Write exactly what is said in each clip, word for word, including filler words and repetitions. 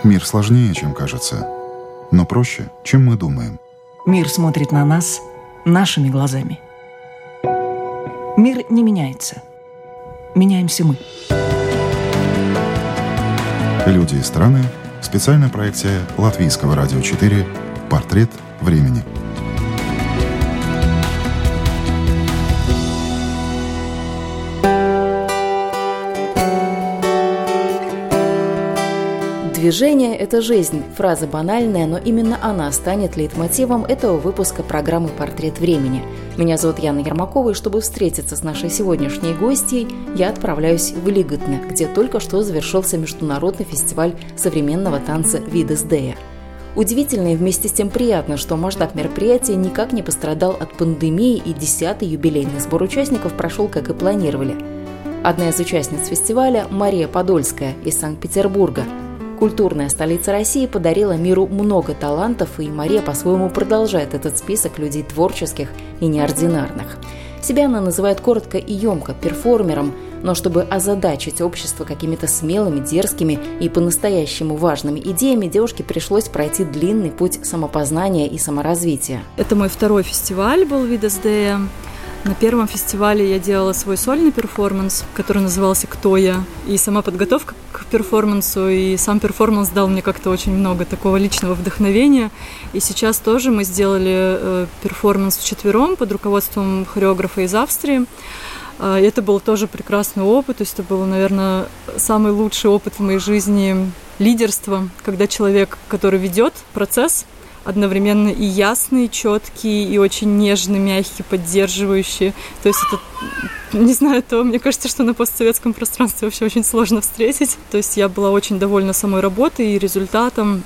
Мир сложнее, чем кажется, но проще, чем мы думаем. Мир смотрит на нас нашими глазами. Мир не меняется. Меняемся мы. Люди и страны. Специальная проекция Латвийского радио четыре «Портрет времени». Движение – это жизнь. Фраза банальная, но именно она станет лейтмотивом этого выпуска программы «Портрет времени». Меня зовут Яна Ермакова, и чтобы встретиться с нашей сегодняшней гостьей, я отправляюсь в Лиготне, где только что завершился международный фестиваль современного танца «Видес Дея». Удивительно и вместе с тем приятно, что масштаб мероприятия никак не пострадал от пандемии, и десятый юбилейный сбор участников прошел, как и планировали. Одна из участниц фестиваля – Мария Подольская из Санкт-Петербурга. Культурная столица России подарила миру много талантов, и Мария по-своему продолжает этот список людей творческих и неординарных. Себя она называет коротко и емко перформером, но чтобы озадачить общество какими-то смелыми, дерзкими и по-настоящему важными идеями, девушке пришлось пройти длинный путь самопознания и саморазвития. Это мой второй фестиваль был «Видес Дея». На первом фестивале я делала свой сольный перформанс, который назывался «Кто я?». И сама подготовка к перформансу, и сам перформанс дал мне как-то очень много такого личного вдохновения. И сейчас тоже мы сделали э, перформанс вчетвером под руководством хореографа из Австрии. Э, и это был тоже прекрасный опыт. То есть это был, наверное, самый лучший опыт в моей жизни лидерства, когда человек, который ведет процесс, одновременно и ясный, четкий, и очень нежный, мягкий, поддерживающий. То есть это, не знаю, то мне кажется, что на постсоветском пространстве вообще очень сложно встретить. То есть я была очень довольна самой работой и результатом.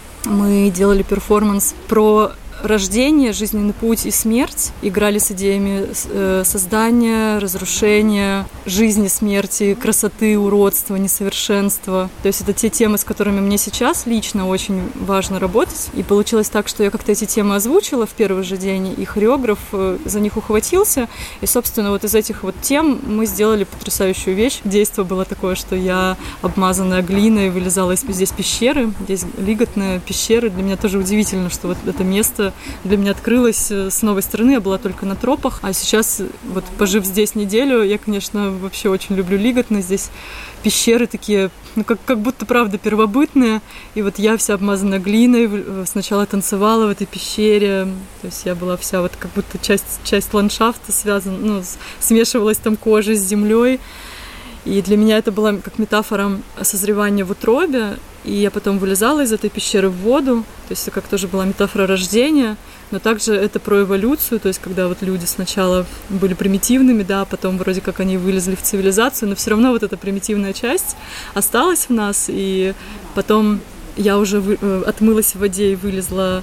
Мы делали перформанс про рождение, жизненный путь и смерть. Играли с идеями создания, разрушения, жизни, смерти, красоты, уродства, несовершенства. То есть это те темы, с которыми мне сейчас лично очень важно работать. И получилось так, что я как-то эти темы озвучила в первый же день, и хореограф за них ухватился. И, собственно, вот из этих вот тем мы сделали потрясающую вещь. Действие было такое, что я, обмазанная глиной, вылезала из здесь пещеры. Здесь Лиготная пещера. Для меня тоже удивительно, что вот это место для меня открылось с новой стороны. Я была только на тропах, а сейчас, вот пожив здесь неделю, я, конечно, вообще очень люблю Лиготно. Здесь пещеры такие, ну, как, как будто, правда, первобытные. И вот я вся обмазана глиной, сначала танцевала в этой пещере. То есть я была вся вот как будто часть, часть ландшафта связана, ну, смешивалась там кожа с землей. И для меня это была как метафора созревания в утробе. И я потом вылезала из этой пещеры в воду. То есть это как тоже была метафора рождения. Но также это про эволюцию. То есть когда вот люди сначала были примитивными, да, потом вроде как они вылезли в цивилизацию, но все равно вот эта примитивная часть осталась в нас. И потом я уже вы... отмылась в воде и вылезла.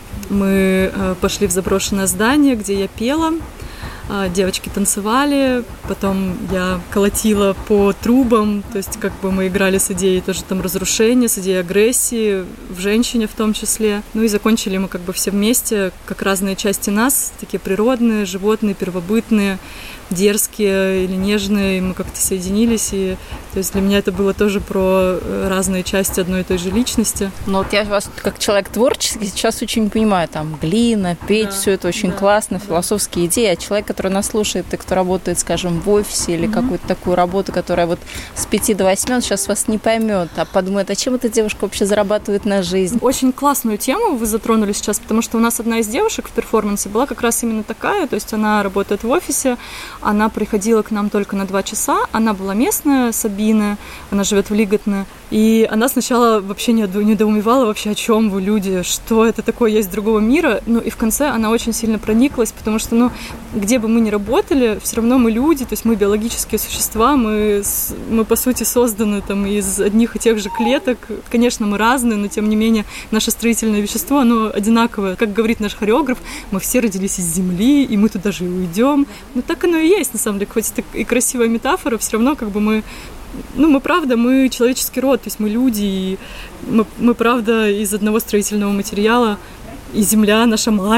Мы пошли в заброшенное здание, где я пела. Девочки танцевали, потом я колотила по трубам, то есть как бы мы играли с идеей тоже там разрушения, с идеей агрессии, в женщине в том числе. Ну и закончили мы как бы все вместе, как разные части нас, такие природные, животные, первобытные, дерзкие или нежные, и мы как-то соединились, и то есть для меня это было тоже про разные части одной и той же личности. Но вот я вас как человек творческий сейчас очень понимаю, там глина, петь, да, все это очень да, классно, философские да. идеи, а человек, который нас слушает и кто работает, скажем, в офисе или mm-hmm. какую-то такую работу, которая вот с пяти до восьми, он сейчас вас не поймет, а подумает, а чем эта девушка вообще зарабатывает на жизнь? Очень классную тему вы затронули сейчас, потому что у нас одна из девушек в перформансе была как раз именно такая, то есть она работает в офисе. Она приходила к нам только на два часа. Она была местная, Сабина, она живет в Лиготне. И она сначала вообще недоумевала вообще, о чем вы, люди, что это такое, есть другого мира. Ну и в конце она очень сильно прониклась, потому что, ну, где бы мы ни работали, все равно мы люди, то есть мы биологические существа, мы, мы по сути созданы там из одних и тех же клеток. Конечно, мы разные, но тем не менее наше строительное вещество, оно одинаковое. Как говорит наш хореограф, мы все родились из земли, и мы туда же и уйдем. Ну так оно и есть, на самом деле, хоть это и красивая метафора, все равно как бы мы, ну мы правда, мы человеческий род, то есть мы люди, и мы, мы правда из одного строительного материала, и земля наша мать,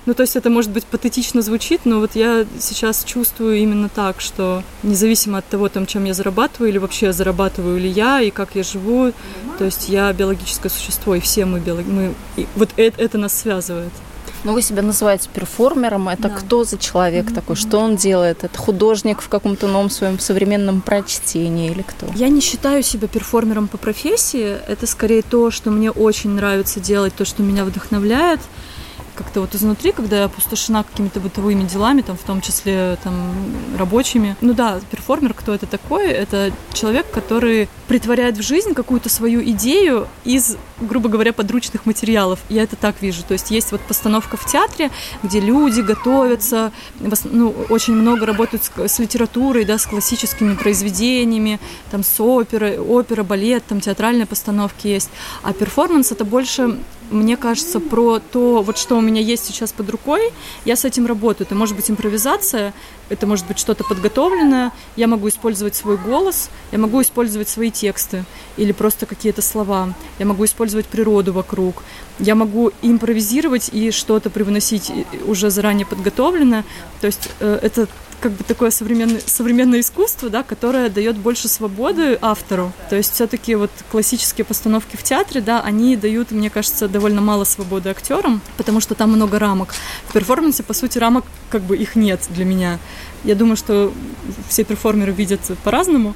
Ну, то есть это, может быть, патетично звучит, но вот я сейчас чувствую именно так, что независимо от того, там, чем я зарабатываю, или вообще зарабатываю ли я, и как я живу, то есть я биологическое существо, и все мы биологические, вот это, это нас связывает. Но вы себя называете перформером. Это да. Кто за человек mm-hmm. такой? Что он делает? Это художник в каком-то новом своем современном прочтении или кто? Я не считаю себя перформером по профессии. Это скорее то, что мне очень нравится делать, то, что меня вдохновляет. Как-то вот изнутри, когда я опустошена какими-то бытовыми делами, там, в том числе там, рабочими. Ну да, перформер, кто это такой? Это человек, который притворяет в жизнь какую-то свою идею из, грубо говоря, подручных материалов. Я это так вижу. То есть есть вот постановка в театре, где люди готовятся, ну, очень много работают с, с литературой, да, с классическими произведениями, там, с оперой, опера, балет, там, театральные постановки есть. А перформанс — это больше... Мне кажется, про то, вот что у меня есть сейчас под рукой, я с этим работаю. Это может быть импровизация, это может быть что-то подготовленное, я могу использовать свой голос, я могу использовать свои тексты или просто какие-то слова, я могу использовать природу вокруг, я могу импровизировать и что-то привносить уже заранее подготовленное. То есть э, это как бы такое современное, современное искусство, да, которое дает больше свободы автору. То есть все-таки вот классические постановки в театре, да, они дают, мне кажется, довольно мало свободы актерам, потому что там много рамок. В перформансе, по сути, рамок как бы их нет для меня. Я думаю, что все перформеры видят по-разному,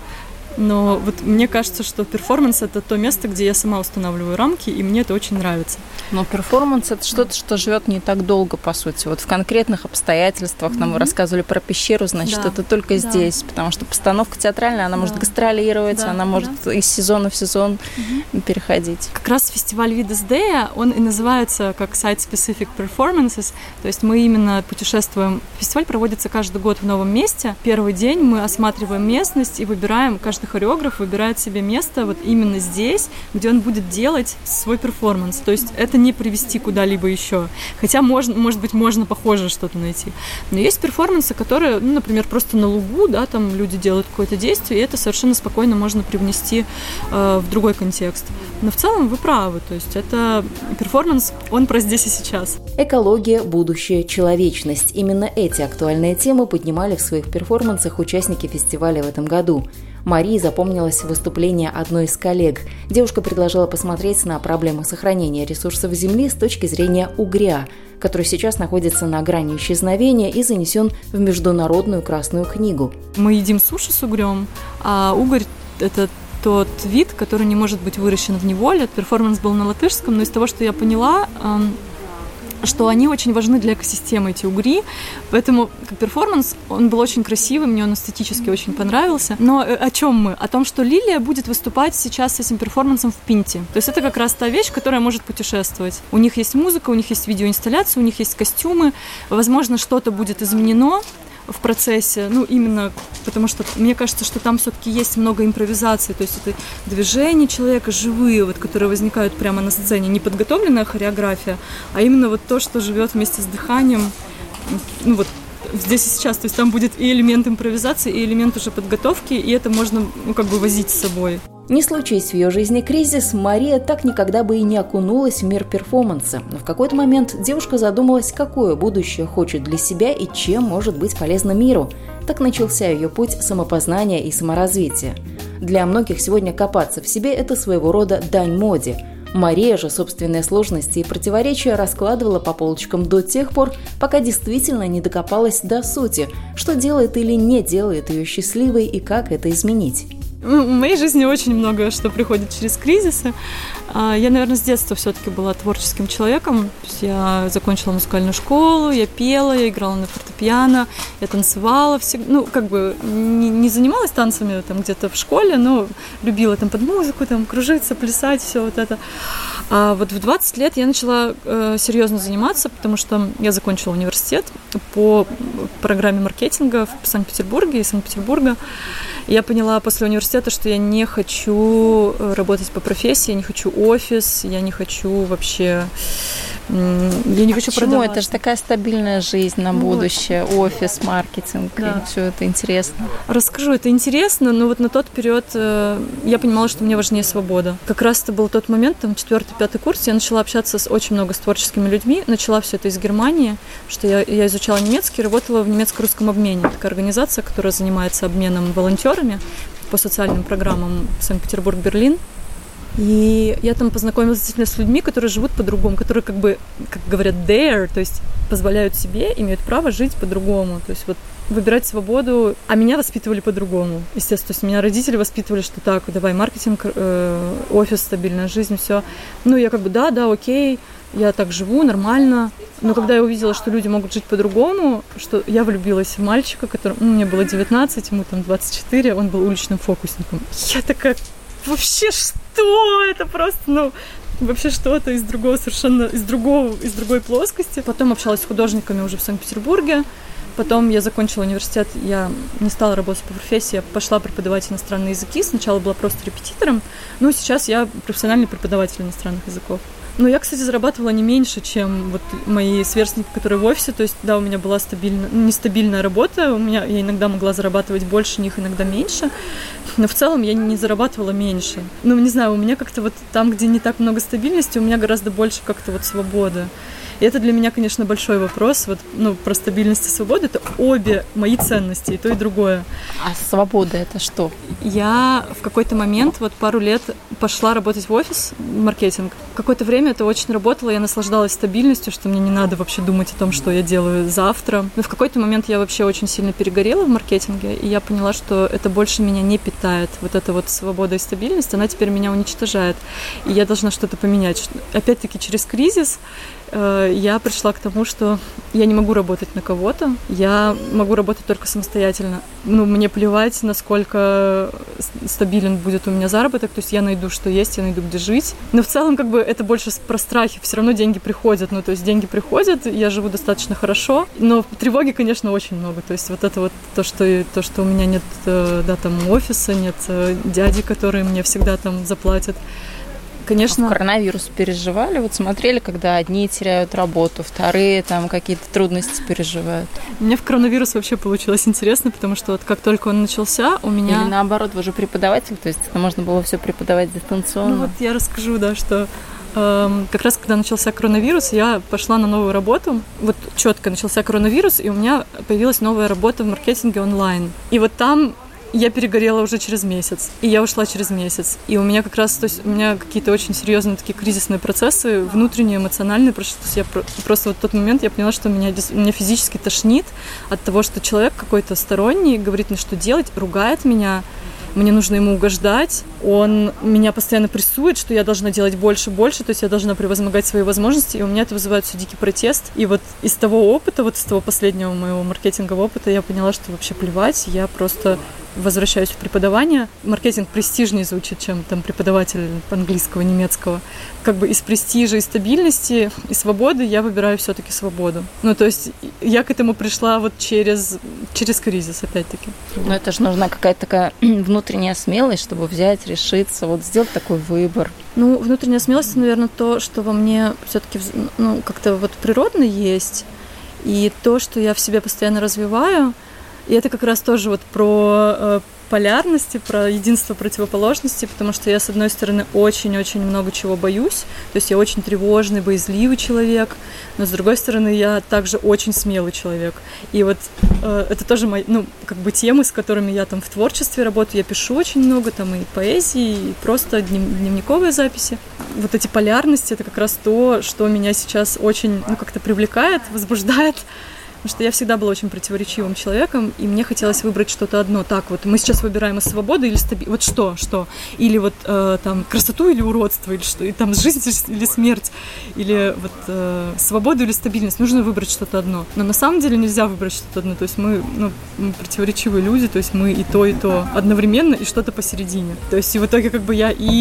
но вот мне кажется, что перформанс — это то место, где я сама устанавливаю рамки, и мне это очень нравится. Но перформанс — это что-то, что живет не так долго, по сути. Вот в конкретных обстоятельствах, нам mm-hmm. вы рассказывали про пещеру, значит, да. это только да. здесь, потому что постановка театральная, она да. может гастролировать, да. она может да. из сезона в сезон mm-hmm. переходить. Как раз фестиваль Vidas Dea, он и называется как Site-Specific Performances, то есть мы именно путешествуем. Фестиваль проводится каждый год в новом месте. Первый день мы осматриваем местность и выбираем, каждый хореограф выбирает себе место вот именно здесь, где он будет делать свой перформанс. То есть это не привести куда-либо еще. Хотя, можно, может быть, можно похожее что-то найти. Но есть перформансы, которые, ну, например, просто на лугу, да, там люди делают какое-то действие, и это совершенно спокойно можно привнести э, в другой контекст. Но в целом вы правы. То есть это перформанс, он про здесь и сейчас. Экология, будущее, человечность. Именно эти актуальные темы поднимали в своих перформансах участники фестиваля в этом году. Марии запомнилось выступление одной из коллег. Девушка предложила посмотреть на проблемы сохранения ресурсов Земли с точки зрения угря, который сейчас находится на грани исчезновения и занесен в Международную Красную книгу. Мы едим суши с угрем, а угорь – это тот вид, который не может быть выращен в неволе. Перформанс был на латышском, но из того, что я поняла, что они очень важны для экосистемы, эти угри. Поэтому перформанс, он был очень красивый, мне он эстетически очень понравился. Но о чем мы? О том, что Лилия будет выступать сейчас с этим перформансом в Пинте. То есть это как раз та вещь, которая может путешествовать. У них есть музыка, у них есть видеоинсталляция, у них есть костюмы. Возможно, что-то будет изменено в процессе, ну, именно потому что мне кажется, что там все-таки есть много импровизации, то есть это движения человека живые, вот, которые возникают прямо на сцене, не подготовленная хореография, а именно вот то, что живет вместе с дыханием, ну, вот, здесь и сейчас, то есть там будет и элемент импровизации, и элемент уже подготовки, и это можно, ну, как бы возить с собой. Не случись в ее жизни кризис, Мария так никогда бы и не окунулась в мир перформанса. Но в какой-то момент девушка задумалась, какое будущее хочет для себя и чем может быть полезна миру. Так начался ее путь самопознания и саморазвития. Для многих сегодня копаться в себе – это своего рода дань моде. Мария же собственные сложности и противоречия раскладывала по полочкам до тех пор, пока действительно не докопалась до сути, что делает или не делает ее счастливой и как это изменить. В моей жизни очень много что приходит через кризисы. Я, наверное, с детства все-таки была творческим человеком. То есть я закончила музыкальную школу, я пела, я играла на фортепиано, я танцевала всегда. Ну, как бы не, не занималась танцами там где-то в школе, но любила там под музыку, там кружиться, плясать, все вот это. А вот в двадцать лет я начала э, серьезно заниматься, потому что я закончила университет по программе маркетинга в Санкт-Петербурге, из Санкт-Петербурга. Я поняла после университета, что я не хочу работать по профессии, я не хочу офис, я не хочу вообще Я не хочу Почему? продавать. Это же такая стабильная жизнь на будущее, вот. Офис, маркетинг, да. И все это интересно. Расскажу, это интересно, но вот на тот период я понимала, что мне важнее свобода. Как раз это был тот момент, там, четвертый-пятый курс, я начала общаться с очень много с творческими людьми, начала все это из Германии, что я, я изучала немецкий, работала в немецко-русском обмене. Такая организация, которая занимается обменом волонтерами по социальным программам Санкт-Петербург-Берлин. И я там познакомилась действительно с людьми, которые живут по-другому, которые, как бы, как говорят, dare, то есть позволяют себе, имеют право жить по-другому, то есть вот выбирать свободу, а меня воспитывали по-другому, естественно, то есть меня родители воспитывали, что так, давай маркетинг, э, офис, стабильная жизнь, все. Ну, я как бы, да, да, окей, я так живу, нормально, но когда я увидела, что люди могут жить по-другому, что я влюбилась в мальчика, которому, ну, мне было девятнадцать, ему там двадцать четыре, он был уличным фокусником. Я такая, вообще что? Это просто, ну, вообще что-то из другого совершенно, из другого, из другой плоскости. Потом общалась с художниками уже в Санкт-Петербурге. Потом я закончила университет, я не стала работать по профессии, я пошла преподавать иностранные языки. Сначала была просто репетитором, но сейчас я профессиональный преподаватель иностранных языков. Но я, кстати, зарабатывала не меньше, чем вот мои сверстники, которые в офисе. То есть, да, у меня была стабильная, нестабильная работа. У меня, я иногда могла зарабатывать больше них, иногда меньше. Но в целом я не зарабатывала меньше. Ну, не знаю, у меня как-то вот там, где не так много стабильности, у меня гораздо больше как-то вот свободы. И это для меня, конечно, большой вопрос. Вот, ну, про стабильность и свободу — это обе мои ценности, и то, и другое. А свобода — это что? Я в какой-то момент, вот пару лет, пошла работать в офис, маркетинг. Какое-то время это очень работало, я наслаждалась стабильностью, что мне не надо вообще думать о том, что я делаю завтра. Но в какой-то момент я вообще очень сильно перегорела в маркетинге, и я поняла, что это больше меня не питает. Вот эта вот свобода и стабильность, она теперь меня уничтожает. И я должна что-то поменять. Опять-таки, через кризис я пришла к тому, что я не могу работать на кого-то, я могу работать только самостоятельно. Ну, мне плевать, насколько стабилен будет у меня заработок, то есть я найду, что есть, я найду, где жить. Но в целом, как бы, это больше про страхи, все равно деньги приходят, ну, то есть деньги приходят, я живу достаточно хорошо, но тревоги, конечно, очень много, то есть вот это вот то, что, то, что у меня нет, да, там, офиса, нет дяди, которые мне всегда там заплатят. Конечно. А в коронавирус переживали? Вот смотрели, когда одни теряют работу, вторые там какие-то трудности переживают? Мне в коронавирус вообще получилось интересно, потому что вот как только он начался, у меня... Или наоборот, вы же преподаватель, то есть это можно было все преподавать дистанционно? Ну вот я расскажу, да, что э, как раз когда начался коронавирус, я пошла на новую работу. Вот четко начался коронавирус, и у меня появилась новая работа в маркетинге онлайн. И вот там я перегорела уже через месяц, и я ушла через месяц. И у меня как раз, то есть у меня какие-то очень серьезные такие кризисные процессы, внутренние, эмоциональные, потому что я просто вот в тот момент я поняла, что меня, меня физически тошнит от того, что человек какой-то сторонний говорит мне, что делать, ругает меня, мне нужно ему угождать, он меня постоянно прессует, что я должна делать больше, больше, то есть я должна превозмогать свои возможности, и у меня это вызывает все дикий протест. И вот из того опыта, вот из того последнего моего маркетингового опыта я поняла, что вообще плевать, я просто возвращаюсь в преподавание. Маркетинг престижнее звучит, чем там преподаватель английского, немецкого. Как бы из престижа и стабильности и свободы я выбираю все-таки свободу. Ну, то есть я к этому пришла вот через, через кризис, опять-таки. Но это же нужна какая-то такая внутренняя смелость, чтобы взять, решиться, вот сделать такой выбор. Ну, внутренняя смелость, наверное, то, что во мне все-таки, ну, как-то вот природно есть, и то, что я в себе постоянно развиваю. И это как раз тоже вот про э, полярности, про единство противоположностей, потому что я, с одной стороны, очень-очень много чего боюсь, то есть я очень тревожный, боязливый человек, но, с другой стороны, я также очень смелый человек. И вот э, это тоже мои, ну, как бы темы, с которыми я там в творчестве работаю, я пишу очень много, там и поэзии, и просто днев, дневниковые записи. Вот эти полярности — это как раз то, что меня сейчас очень, ну, как-то привлекает, возбуждает. Потому что я всегда была очень противоречивым человеком, и мне хотелось выбрать что-то одно. Так, вот мы сейчас выбираем из свободы или стабильность. Вот что, что? Или вот э, там красоту или уродство, или что? И там жизнь или смерть, или вот э, свободу или стабильность. Нужно выбрать что-то одно. Но на самом деле нельзя выбрать что-то одно. То есть мы, ну, мы противоречивые люди, то есть мы и то, и то одновременно, и что-то посередине. То есть и в итоге как бы я и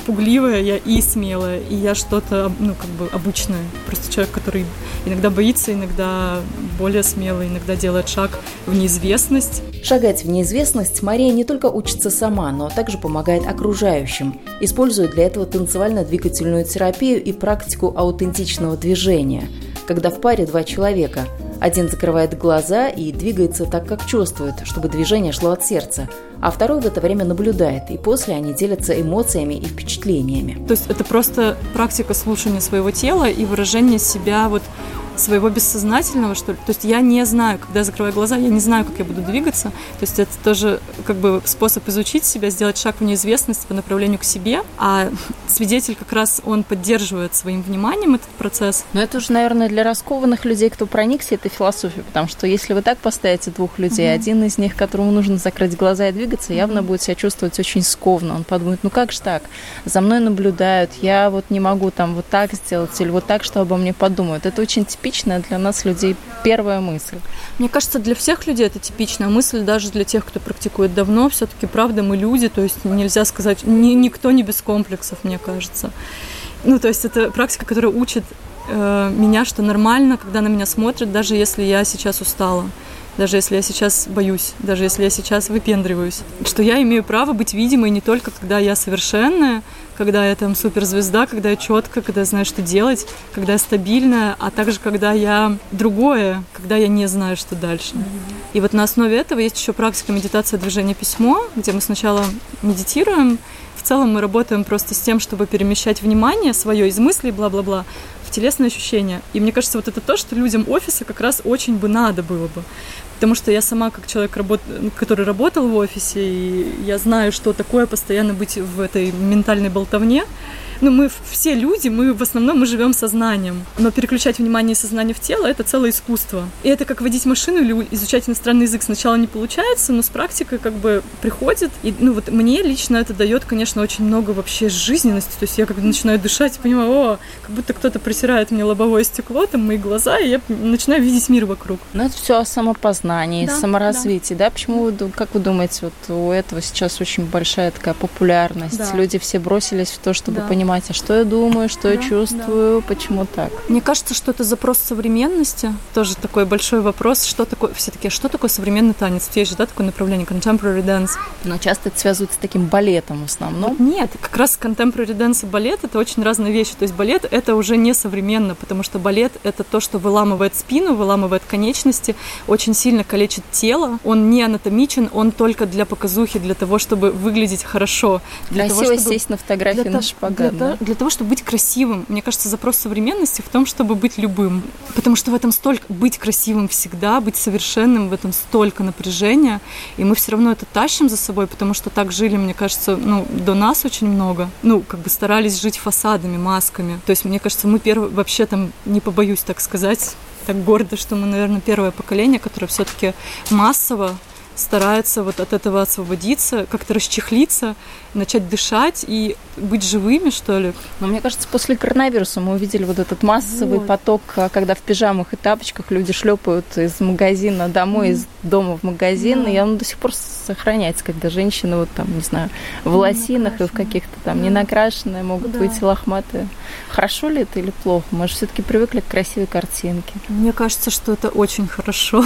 пугливая, я и смелая, и я что-то, ну, как бы обычное. Просто человек, который иногда боится, иногда более смелый, иногда делает шаг в неизвестность. Шагать в неизвестность Мария не только учится сама, но также помогает окружающим. Использует для этого танцевально-двигательную терапию и практику аутентичного движения, когда в паре два человека. Один закрывает глаза и двигается так, как чувствует, чтобы движение шло от сердца, а второй в это время наблюдает, и после они делятся эмоциями и впечатлениями. То есть это просто практика слушания своего тела и выражения себя вот своего бессознательного, что ли. То есть я не знаю, когда я закрываю глаза, я не знаю, как я буду двигаться. То есть это тоже как бы способ изучить себя, сделать шаг в неизвестность по направлению к себе. А свидетель как раз, он поддерживает своим вниманием этот процесс. Но это уже, наверное, для раскованных людей, кто проникся этой философией, потому что если вы так поставите двух людей, mm-hmm. один из них, которому нужно закрыть глаза и двигаться, mm-hmm. явно будет себя чувствовать очень скованно. Он подумает, ну как же так? За мной наблюдают, я вот не могу там вот так сделать или вот так, что обо мне подумают. Это очень типично. Типичная для нас, людей, первая мысль. Мне кажется, для всех людей это типичная мысль, даже для тех, кто практикует давно. Все-таки, правда, мы люди, то есть нельзя сказать, ни, никто не без комплексов, мне кажется. Ну, то есть это практика, которая учит э, меня, что нормально, когда на меня смотрят, даже если я сейчас устала. Даже если я сейчас боюсь, даже если я сейчас выпендриваюсь. Что я имею право быть видимой не только когда я совершенная, когда я там суперзвезда, когда я четко, когда я знаю, что делать, когда я стабильная, а также когда я другое, когда я не знаю, что дальше. И вот на основе этого есть еще практика медитация движения письмо, где мы сначала медитируем. В целом мы работаем просто с тем, чтобы перемещать внимание свое из мыслей, бла-бла-бла, в телесные ощущения. И мне кажется, вот это то, что людям офиса как раз очень бы надо было бы. Потому что я сама, как человек, который работал в офисе, и я знаю, что такое постоянно быть в этой ментальной болтовне. Ну, мы все люди, мы в основном мы живем сознанием. Но переключать внимание и сознание в тело — это целое искусство. И это как водить машину или изучать иностранный язык. Сначала не получается, но с практикой как бы приходит. И ну вот мне лично это дает, конечно, очень много вообще жизненности. То есть я когда начинаю дышать, понимаю, о, как будто кто-то притирает мне лобовое стекло, там мои глаза, и я начинаю видеть мир вокруг. Ну, это все о самопознании, да, саморазвитии, да? да? Почему вы, как вы думаете, вот у этого сейчас очень большая такая популярность? Да. Люди все бросились в то, чтобы да. понимать, а что я думаю, что да, я чувствую, да. почему так? Мне кажется, что это запрос современности. Тоже такой большой вопрос, что такое, все-таки, что такое современный танец? Есть же, да, такое направление, contemporary dance. Но часто это связывают с таким балетом в основном. Нет, как раз contemporary dance и балет — это очень разные вещи. То есть балет — это уже не современно, потому что балет — это то, что выламывает спину, выламывает конечности, очень сильно калечит тело. Он не анатомичен, он только для показухи, для того, чтобы выглядеть хорошо. Для Красиво того, чтобы... сесть на фотографии для на шпагат. Для, да? для того, чтобы быть красивым. Мне кажется, запрос современности в том, чтобы быть любым. Потому что в этом столько... Быть красивым всегда, быть совершенным, в этом столько напряжения. И мы все равно это тащим за собой, потому что так жили, мне кажется, ну, до нас очень много. Ну, как бы старались жить фасадами, масками. То есть, мне кажется, мы первые... Вообще там, не побоюсь так сказать, так гордо, что мы, наверное, первое поколение, которое все-таки массово старается вот от этого освободиться, как-то расчехлиться, начать дышать и быть живыми, что ли. Но мне кажется, после коронавируса мы увидели вот этот массовый вот. поток, когда в пижамах и тапочках люди шлепают из магазина домой, mm. из дома в магазин, yeah. и он до сих пор сохраняется, когда женщины вот там, не знаю, в лосинах и в каких-то там yeah. ненакрашенные могут да. быть лохматые. Хорошо ли это или плохо? Мы же все-таки привыкли к красивой картинке. Мне кажется, что это очень хорошо.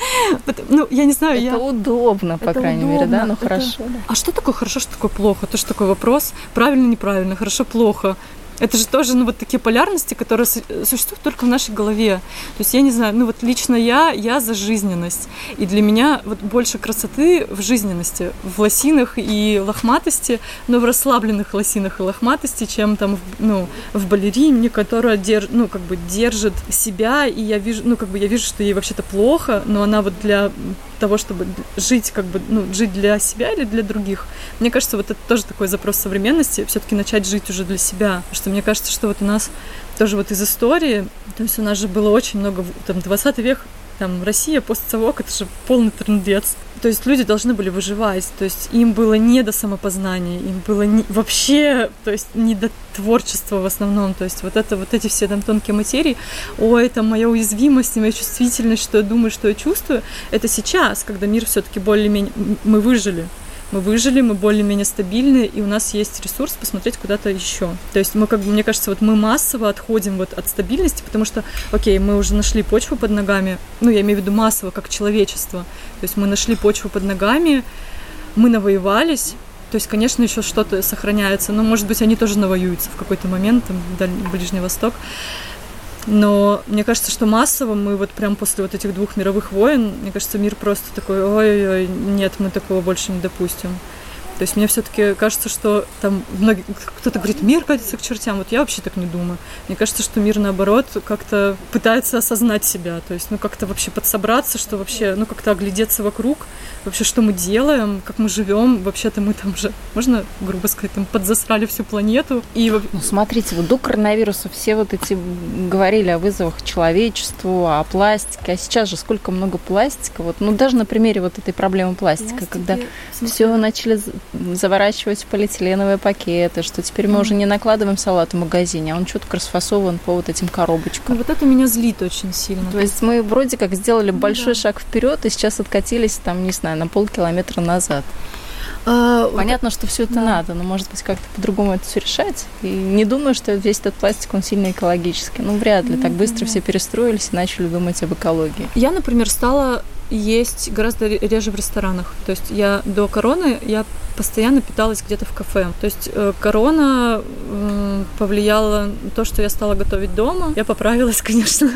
Ну, я не знаю, это я... удобно, по это крайней удобно. мере, да, но это... хорошо. Да. А что такое хорошо, что такое плохо? Это же такой вопрос. Правильно, неправильно, хорошо, плохо. Это же тоже, ну, вот такие полярности, которые существуют только в нашей голове. То есть, я не знаю, ну, вот лично я, я за жизненность. И для меня вот больше красоты в жизненности, в лосинах и лохматости, но в расслабленных лосинах и лохматости, чем там, ну, в балерине, которая держ, ну, как бы держит себя, и я вижу, ну, как бы я вижу, что ей вообще-то плохо, но она вот для того, чтобы жить, как бы, ну, жить для себя или для других. Мне кажется, вот это тоже такой запрос современности, все-таки начать жить уже для себя. Потому что мне кажется, что вот у нас тоже вот из истории, то есть у нас же было очень много, там, двадцатый век, там, Россия, постсовок, это же полный трындец. То есть люди должны были выживать, то есть им было не до самопознания, им было не, вообще, то есть не до творчества в основном, то есть вот это, вот эти все там тонкие материи, ой, это моя уязвимость, моя чувствительность, что я думаю, что я чувствую, это сейчас, когда мир все-таки более-менее, мы выжили. мы выжили, мы более-менее стабильны, и у нас есть ресурс посмотреть куда-то еще. То есть мы, как бы, мне кажется, вот мы массово отходим вот от стабильности, потому что, окей, мы уже нашли почву под ногами, ну, я имею в виду массово, как человечество. То есть мы нашли почву под ногами, мы навоевались. То есть, конечно, еще что-то сохраняется, но, может быть, они тоже навоюются в какой-то момент, там, Ближний Восток. Но мне кажется, что массово мы вот прям после вот этих двух мировых войн, мне кажется, мир просто такой, ой-ой-ой, нет, мы такого больше не допустим. То есть мне все-таки кажется, что там многие, кто-то говорит, мир катится к чертям. Вот я вообще так не думаю. Мне кажется, что мир, наоборот, как-то пытается осознать себя. То есть, ну, как-то вообще подсобраться, что вообще, ну, как-то оглядеться вокруг. Вообще, что мы делаем, как мы живем. Вообще-то мы там же, можно грубо сказать, там подзасрали всю планету. И... Ну, смотрите, вот до коронавируса все вот эти говорили о вызовах человечеству, о пластике. А сейчас же сколько много пластика. Вот, ну, даже на примере вот этой проблемы пластика, Пластики, когда все начали заворачивать в полиэтиленовые пакеты, что теперь мы mm. уже не накладываем салат в магазине, а он четко расфасован по вот этим коробочкам. Ну, вот это меня злит очень сильно. То есть мы вроде как сделали ну, большой да. шаг вперед и сейчас откатились там, не знаю, на полкилометра назад. А, Понятно, что все это да. надо, но, может быть, как-то по-другому это все решать. И не думаю, что весь этот пластик, он сильно экологический. Ну, вряд ли. Так быстро все перестроились и начали думать об экологии. Я, например, стала есть гораздо реже в ресторанах. То есть я до короны я постоянно питалась где-то в кафе. То есть э, корона э, повлияла на то, что я стала готовить дома. Я поправилась, конечно,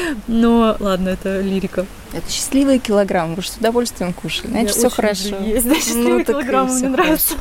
но ладно, это лирика. Это счастливые килограммы, вы же с удовольствием кушали. Значит, все хорошо. Есть, да, счастливые ну, килограммы, мне нравится.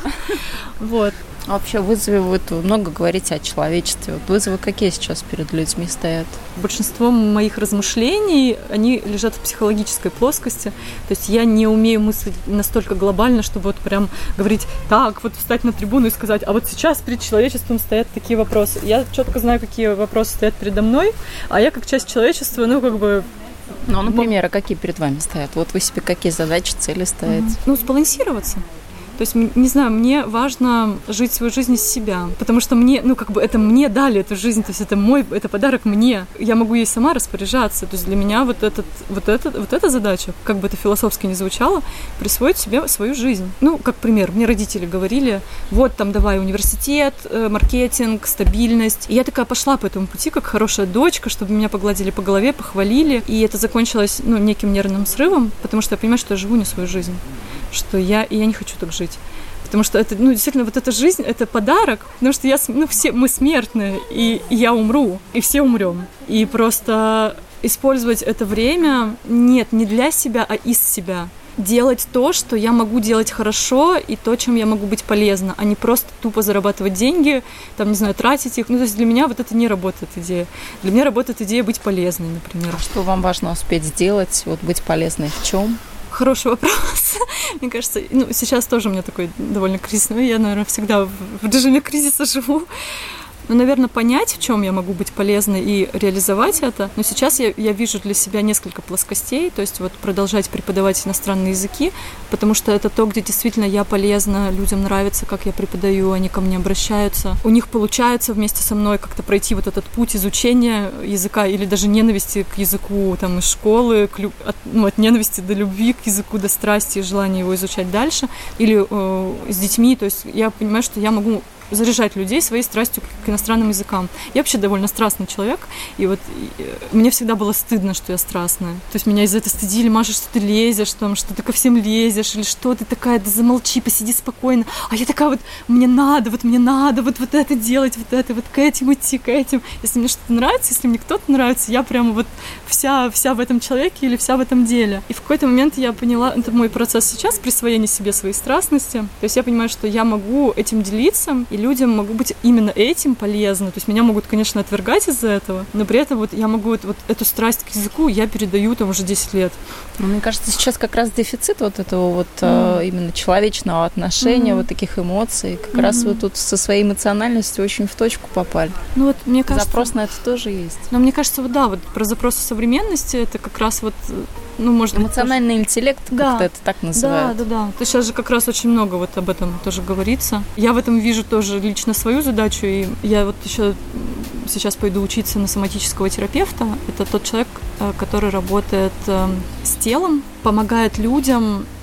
Вот. А вообще вызовы, вы много говорите о человечестве. Вот вызовы какие сейчас перед людьми стоят? Большинство моих размышлений, они лежат в психологической плоскости. То есть я не умею мыслить настолько глобально, чтобы вот прям говорить, так, вот встать на трибуну и сказать, а вот сейчас перед человечеством стоят такие вопросы. Я четко знаю, какие вопросы стоят передо мной, а я как часть человечества, ну, как бы... Ну, например, а какие перед вами стоят? Вот вы себе какие задачи, цели ставите? Mm-hmm. Ну, сбалансироваться. То есть, не знаю, мне важно жить свою жизнь из себя, потому что мне, ну, как бы это мне дали эту жизнь, то есть это мой, это подарок мне. Я могу ей сама распоряжаться. То есть для меня вот, этот, вот, этот, вот эта задача, как бы это философски ни звучало, присвоить себе свою жизнь. Ну, как пример, мне родители говорили, вот там давай университет, маркетинг, стабильность. И я такая пошла по этому пути, как хорошая дочка, чтобы меня погладили по голове, похвалили. И это закончилось, ну, неким нервным срывом, потому что я понимаю, что я живу не свою жизнь. Что я, и я не хочу так жить. Потому что это, ну, действительно, вот эта жизнь, это подарок, потому что я, ну, все, мы смертны, и, и я умру, и все умрем. И просто использовать это время, нет, не для себя, а из себя. Делать то, что я могу делать хорошо, и то, чем я могу быть полезна, а не просто тупо зарабатывать деньги, там, не знаю, тратить их. Ну, то есть для меня вот это не работает идея. Для меня работает идея быть полезной, например. А что вам важно успеть сделать, вот быть полезной в чем? Хороший вопрос. Мне кажется, ну, сейчас тоже у меня такой довольно кризисный. Я, наверное, всегда в режиме кризиса живу. Ну, наверное, понять, в чем я могу быть полезной и реализовать это. Но сейчас я, я вижу для себя несколько плоскостей, то есть вот продолжать преподавать иностранные языки, потому что это то, где действительно я полезна, людям нравится, как я преподаю, они ко мне обращаются. У них получается вместе со мной как-то пройти вот этот путь изучения языка или даже ненависти к языку там, из школы, к, от, ну, от ненависти до любви к языку, до страсти и желания его изучать дальше. Или э, с детьми, то есть я понимаю, что я могу заряжать людей своей страстью к иностранным языкам. Я вообще довольно страстный человек, и вот и, мне всегда было стыдно, что я страстная. То есть меня из-за этого стыдили, Маша, что ты лезешь, там, что ты ко всем лезешь, или что ты такая, да замолчи, посиди спокойно. А я такая вот, мне надо, вот мне надо вот, вот это делать, вот это, вот к этим идти, к этим. Если мне что-то нравится, если мне кто-то нравится, я прямо вот вся, вся в этом человеке или вся в этом деле. И в какой-то момент я поняла, это мой процесс сейчас, присвоение себе своей страстности. То есть я понимаю, что я могу этим делиться, и людям могу быть именно этим полезна. То есть меня могут, конечно, отвергать из-за этого, но при этом вот я могу вот, вот эту страсть к языку я передаю там уже десять лет. Ну, мне кажется, сейчас как раз дефицит вот этого вот mm. э, именно человечного отношения, mm. вот таких эмоций. Как mm. раз вы тут со своей эмоциональностью очень в точку попали. Ну вот мне кажется... Запрос на это тоже есть. Но мне кажется, вот да, вот про запросы современности это как раз вот ну, может эмоциональный быть, интеллект, да. как-то это так называют. Да, да, да. То сейчас же как раз очень много вот об этом тоже говорится. Я в этом вижу тоже лично свою задачу, и я вот еще сейчас пойду учиться на соматического терапевта. Это тот человек, который работает с телом, помогает людям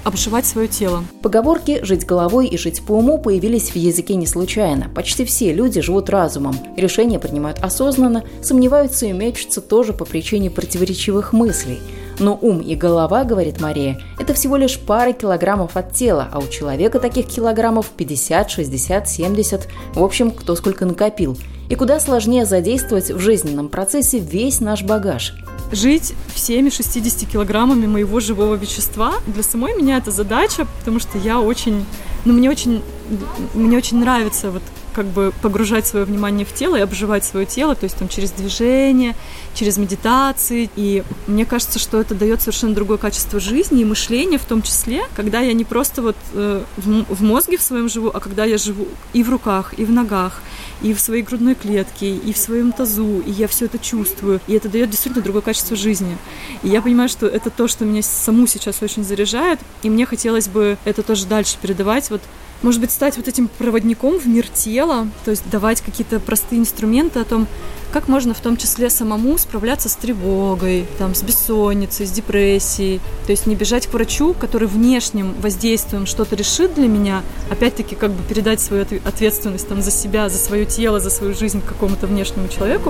обживать свое тело. Поговорки «жить головой» и «жить по уму» появились в языке не случайно. Почти все люди живут разумом, решения принимают осознанно, сомневаются и мечутся тоже по причине противоречивых мыслей. Но ум и голова, говорит Мария, это всего лишь пара килограммов от тела, а у человека таких килограммов пятьдесят, шестьдесят, семьдесят, в общем, кто сколько накопил. И куда сложнее задействовать в жизненном процессе весь наш багаж. Жить всеми шестьюдесятью килограммами моего живого вещества. Для самой меня это задача, потому что я очень, ну, мне очень, мне очень нравится вот как бы погружать свое внимание в тело и обживать свое тело, то есть там через движение, через медитации. И мне кажется, что это дает совершенно другое качество жизни и мышления, в том числе, когда я не просто вот э, в, в мозге в своем живу, а когда я живу и в руках, и в ногах, и в своей грудной клетке, и в своем тазу, и я все это чувствую. И это дает действительно другое качество жизни. И я понимаю, что это то, что меня саму сейчас очень заряжает, и мне хотелось бы это тоже дальше передавать. Вот, может быть, стать вот этим проводником в мир тела, то есть давать какие-то простые инструменты о том, как можно в том числе самому справляться с тревогой, там, с бессонницей, с депрессией. То есть не бежать к врачу, который внешним воздействием что-то решит для меня, опять-таки как бы передать свою ответственность там, за себя, за свое тело, за свою жизнь какому-то внешнему человеку,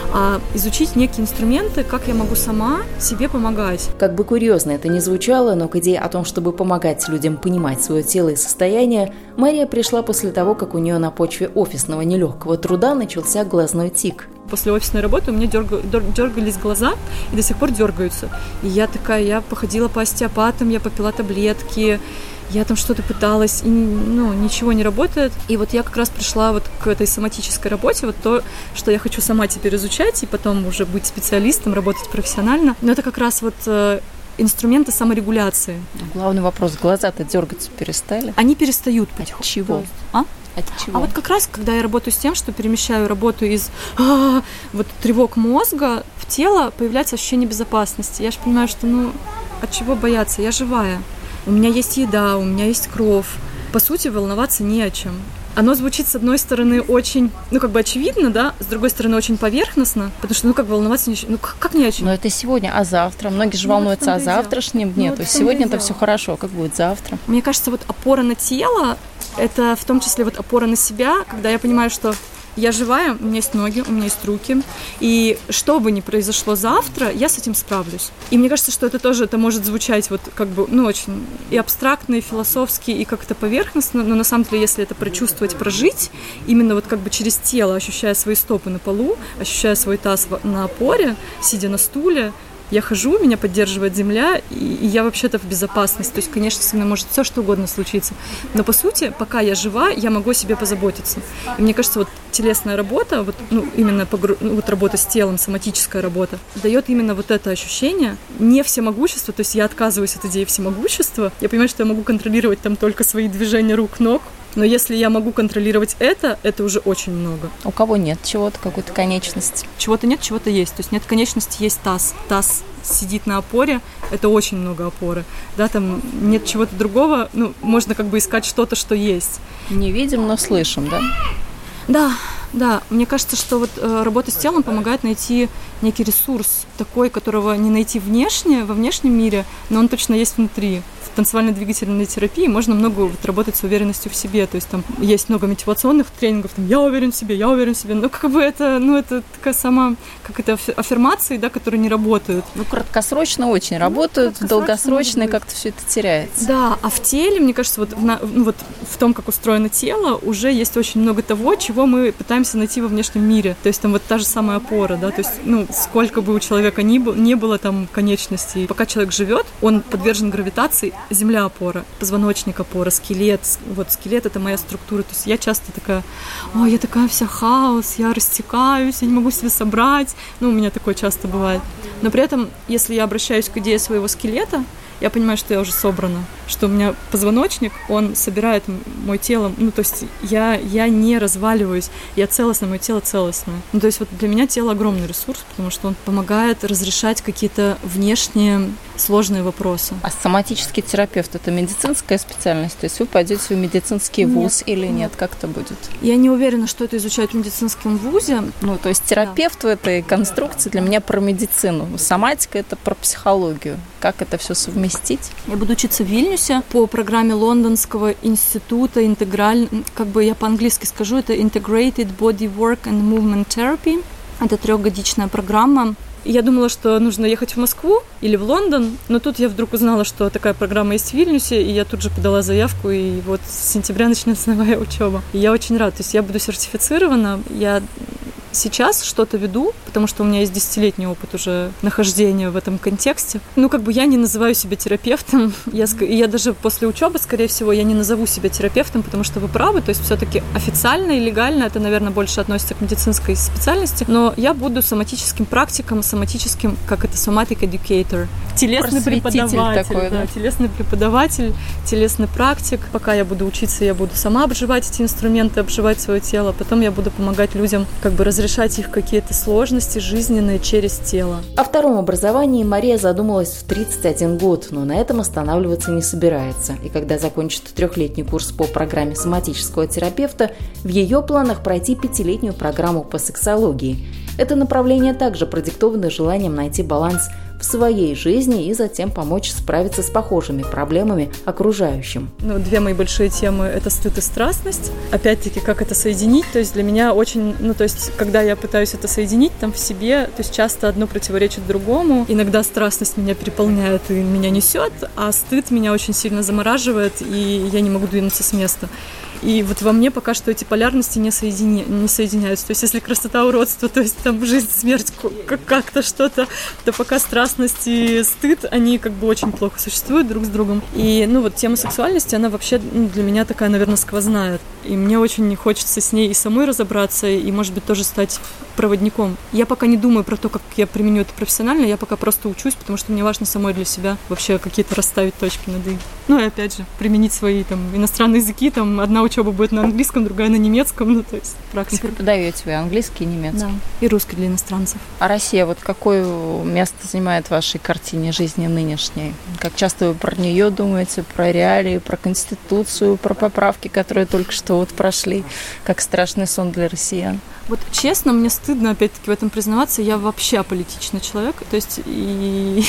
а изучить некие инструменты, как я могу сама себе помогать. Как бы курьезно это ни звучало, но к идее о том, чтобы помогать людям понимать свое тело и состояние, Мария пришла после того, как у нее на почве офисного нелегкого труда начался глазной тик. После офисной работы у меня дергались глаза и до сих пор дергаются. И я такая, я походила по остеопатам, я попила таблетки, я там что-то пыталась, и ну, ничего не работает. И вот я как раз пришла вот к этой соматической работе, вот то, что я хочу сама теперь изучать, и потом уже быть специалистом, работать профессионально. Но это как раз вот инструменты саморегуляции. Главный вопрос, глаза-то дергаться перестали? Они перестают потихоньку. От чего? А? От чего? А вот как раз, когда я работаю с тем, что перемещаю работу из а, вот тревог мозга в тело, появляется ощущение безопасности. Я же понимаю, что ну от чего бояться? Я живая. У меня есть еда, у меня есть кровь. По сути, волноваться не о чем. Оно звучит, с одной стороны, очень, ну, как бы очевидно, да, с другой стороны, очень поверхностно, потому что, ну, как волноваться, ну, как, как не о чем? Но это сегодня, а завтра? Многие же ну, волнуются о завтрашнем дне, ну, то есть сегодня-то все хорошо, как будет завтра? Мне кажется, вот опора на тело, это в том числе вот опора на себя, когда я понимаю, что я живая, у меня есть ноги, у меня есть руки, и что бы ни произошло завтра, я с этим справлюсь. И мне кажется, что это тоже, это может звучать вот как бы, ну, очень и абстрактно, и философски, и как-то поверхностно, но на самом деле, если это прочувствовать, прожить, именно вот как бы через тело, ощущая свои стопы на полу, ощущая свой таз на опоре, сидя на стуле, я хожу, меня поддерживает земля, и, и я вообще-то в безопасности. То есть, конечно, со мной может все что угодно случиться. Но, по сути, пока я жива, я могу о себе позаботиться. И мне кажется, вот телесная работа, вот, ну, именно погру... ну, вот работа с телом, соматическая работа, дает именно вот это ощущение не всемогущества. То есть я отказываюсь от идеи всемогущества. Я понимаю, что я могу контролировать там только свои движения рук, ног. Но если я могу контролировать это, это уже очень много. У кого нет чего-то, какой-то конечности? Чего-то нет, чего-то есть. То есть нет конечности, есть таз. Таз сидит на опоре, это очень много опоры. Да, там нет чего-то другого, ну, можно как бы искать что-то, что есть. Не видим, но слышим, да? Да, да. Мне кажется, что вот э, работа с телом помогает найти некий ресурс, такой, которого не найти внешне, во внешнем мире, но он точно есть внутри. В танцевально-двигательной терапии можно много вот, работать с уверенностью в себе. То есть там есть много мотивационных тренингов, там, я уверен в себе, я уверен в себе. Но как бы это, ну, это такая сама, как это, аффирмации, да, которые не работают. Ну, краткосрочно очень работают, ну, долгосрочно как-то все это теряется. Да, а в теле, мне кажется, вот в, ну, вот в том, как устроено тело, уже есть очень много того, чего мы пытаемся найти во внешнем мире. То есть там вот та же самая опора, да, то есть, ну, сколько бы у человека ни было, не было там конечностей, пока человек живет, он подвержен гравитации. Земля опора, позвоночник опора, скелет. Вот скелет — это моя структура. То есть я часто такая, ой, я такая вся хаос, я растекаюсь, я не могу себя собрать. Ну, у меня такое часто бывает. Но при этом, если я обращаюсь к идее своего скелета, я понимаю, что я уже собрана, что у меня позвоночник, он собирает мое тело, ну, то есть я, я не разваливаюсь, я целостная, мое тело целостное. Ну, то есть вот для меня тело огромный ресурс, потому что он помогает разрешать какие-то внешние сложные вопросы. А соматический терапевт — это медицинская специальность? То есть вы пойдете в медицинский вуз нет, или нет? нет? Как это будет? Я не уверена, что это изучают в медицинском вузе. Ну, то есть терапевт да. в этой конструкции для меня про медицину. Соматика — это про психологию. Как это все совместить? Я буду учиться в Вильнюсе. Вильнюсе по программе Лондонского института интеграль, как бы я по-английски скажу, это Integrated Body Work and Movement Therapy. Это трехгодичная программа. Я думала, что нужно ехать в Москву или в Лондон, но тут я вдруг узнала, что такая программа есть в Вильнюсе, и я тут же подала заявку, и вот с сентября начнется новая учеба. И я очень рада, то есть я буду сертифицирована, я сейчас что-то веду, потому что у меня есть десятилетний опыт уже нахождения в этом контексте. Ну, как бы я не называю себя терапевтом. Я, я даже после учебы, скорее всего, я не назову себя терапевтом, потому что вы правы. То есть все-таки официально и легально это, наверное, больше относится к медицинской специальности. Но я буду соматическим практиком, соматическим, как это, somatic educator. Телесный преподаватель. Такой, да? Да, телесный преподаватель, телесный практик. Пока я буду учиться, я буду сама обживать эти инструменты, обживать свое тело. Потом я буду помогать людям как бы разрешать их какие-то сложности жизненные через тело. О втором образовании Мария задумалась в тридцать один год, но на этом останавливаться не собирается. И когда закончит трехлетний курс по программе соматического терапевта, в ее планах пройти пятилетнюю программу по сексологии. Это направление также продиктовано желанием найти баланс в своей жизни и затем помочь справиться с похожими проблемами окружающим. Ну, две мои большие темы – это стыд и страстность. Опять-таки, как это соединить? То есть для меня очень, ну, то есть, когда я пытаюсь это соединить там в себе, то есть часто одно противоречит другому. Иногда страстность меня переполняет и меня несет, а стыд меня очень сильно замораживает, и я не могу двинуться с места. И вот во мне пока что эти полярности не, соедини... не соединяются. То есть если красота, уродство, то есть там жизнь, смерть, как-то что-то, то пока страстность и стыд, они как бы очень плохо существуют друг с другом. И, ну, вот тема сексуальности, она вообще, ну, для меня такая, наверное, сквозная. И мне очень хочется с ней и самой разобраться, и, может быть, тоже стать проводником. Я пока не думаю про то, как я применю это профессионально, я пока просто учусь, потому что мне важно самой для себя вообще какие-то расставить точки над «и». Ну и опять же, применить свои там иностранные языки, там одна учеба будет на английском, другая на немецком, ну то есть практика. Преподаете вы английский и немецкий? Да, и русский для иностранцев. А Россия, вот какое место занимает в вашей картине жизни нынешней? Как часто вы про нее думаете, про реалии, про Конституцию, про поправки, которые только что вот прошли, как страшный сон для россиян? Вот честно, мне стыдно опять-таки в этом признаваться, я вообще аполитичный человек, то есть и...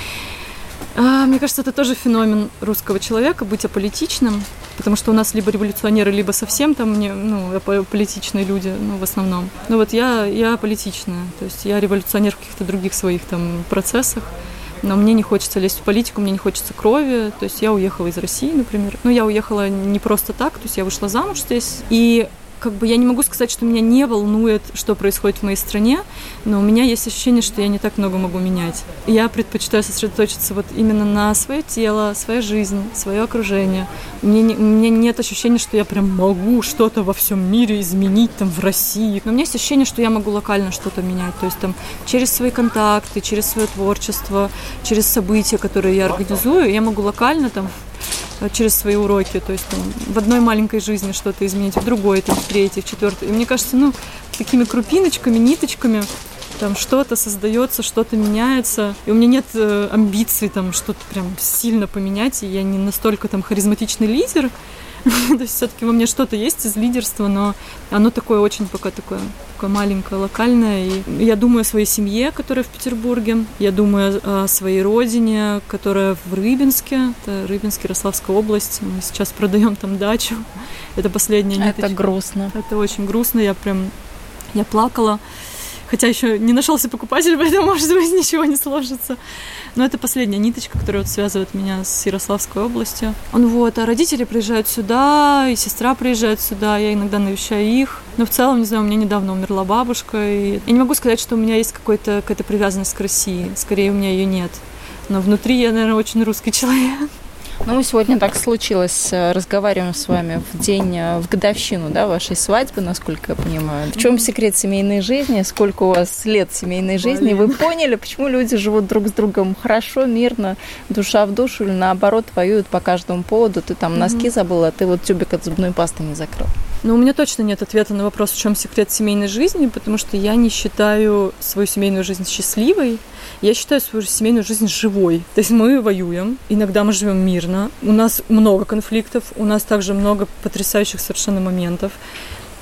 Мне кажется, это тоже феномен русского человека, быть аполитичным, потому что у нас либо революционеры, либо совсем там не, ну, аполитичные люди, ну, в основном. Ну вот я, я аполитичная, то есть я революционер в каких-то других своих там процессах, но мне не хочется лезть в политику, мне не хочется крови, то есть я уехала из России, например. Ну, я уехала не просто так, то есть я вышла замуж здесь, и... Как бы я не могу сказать, что меня не волнует, что происходит в моей стране, но у меня есть ощущение, что я не так много могу менять. Я предпочитаю сосредоточиться вот именно на свое тело, свою жизнь, свое окружение. У меня, не, у меня нет ощущения, что я прям могу что-то во всем мире изменить, там, в России. Но у меня есть ощущение, что я могу локально что-то менять. То есть там через свои контакты, через свое творчество, через события, которые я организую, я могу локально там через свои уроки, то есть там, в одной маленькой жизни что-то изменить, в другой, там, в третьей, в четвертой. И мне кажется, ну, такими крупиночками, ниточками там что-то создается, что-то меняется. И у меня нет э, амбиций там что-то прям сильно поменять, и я не настолько там харизматичный лидер. То есть все-таки во мне что-то есть из лидерства, но оно такое очень пока такое, такое маленькое, локальное. И я думаю о своей семье, которая в Петербурге. Я думаю о своей родине, которая в Рыбинске. Это Рыбинск, Ярославская область. Мы сейчас продаем там дачу. Это последняя ниточка. Это грустно. Это очень грустно. Я прям, я плакала. Хотя еще не нашелся покупатель, поэтому, может быть, ничего не сложится. Но это последняя ниточка, которая вот связывает меня с Ярославской областью. Он вот, а родители приезжают сюда, и сестра приезжает сюда, я иногда навещаю их. Но в целом, не знаю, у меня недавно умерла бабушка, и я не могу сказать, что у меня есть какой-то, какая-то привязанность к России. Скорее, у меня ее нет. Но внутри я, наверное, очень русский человек. Ну, мы сегодня так случилось, разговариваем с вами в день, в годовщину, да, вашей свадьбы, насколько я понимаю. В чем секрет семейной жизни? Сколько у вас лет семейной жизни? Вы поняли, почему люди живут друг с другом хорошо, мирно, душа в душу, или наоборот, воюют по каждому поводу? Ты там носки забыла, а ты вот тюбик от зубной пасты не закрыл. Ну, у меня точно нет ответа на вопрос, в чем секрет семейной жизни, потому что я не считаю свою семейную жизнь счастливой. Я считаю свою семейную жизнь живой. То есть мы воюем, иногда мы живем мирно, у нас много конфликтов, у нас также много потрясающих совершенно моментов.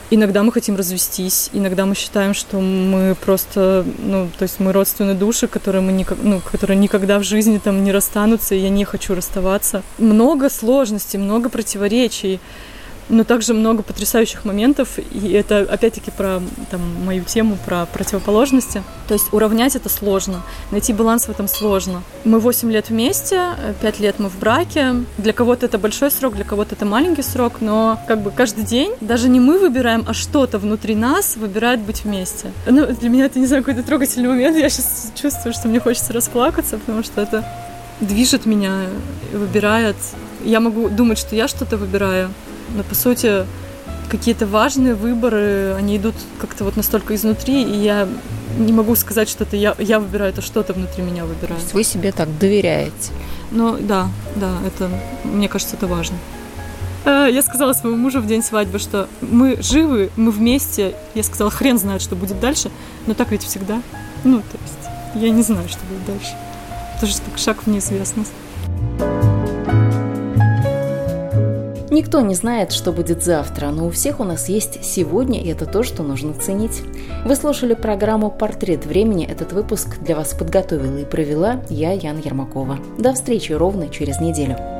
Иногда мы хотим развестись, иногда мы считаем, что мы просто, ну, то есть мы родственные души, которые, мы никак, ну, которые никогда в жизни там не расстанутся, и я не хочу расставаться. Много сложностей, много противоречий, но также много потрясающих моментов, и это опять-таки про там, мою тему, про противоположности. То есть уравнять это сложно, найти баланс в этом сложно. Мы восемь лет вместе, пять лет мы в браке. Для кого-то это большой срок, для кого-то это маленький срок, но как бы каждый день даже не мы выбираем, а что-то внутри нас выбирает быть вместе. Ну, для меня это, не знаю, какой-то трогательный момент. Я сейчас чувствую, что мне хочется расплакаться, потому что это движет меня, выбирает. Я могу думать, что я что-то выбираю, но, по сути, какие-то важные выборы, они идут как-то вот настолько изнутри, и я не могу сказать, что это я, я выбираю, это что-то внутри меня выбирает. То есть вы себе так доверяете? Ну, да, да, это, мне кажется, это важно. Я сказала своему мужу в день свадьбы, что мы живы, мы вместе. Я сказала, хрен знает, что будет дальше, но так ведь всегда. Ну, то есть, я не знаю, что будет дальше. Это же так шаг в неизвестность. Никто не знает, что будет завтра, но у всех у нас есть сегодня, и это то, что нужно ценить. Вы слушали программу «Портрет времени». Этот выпуск для вас подготовила и провела я, Яна Ермакова. До встречи ровно через неделю.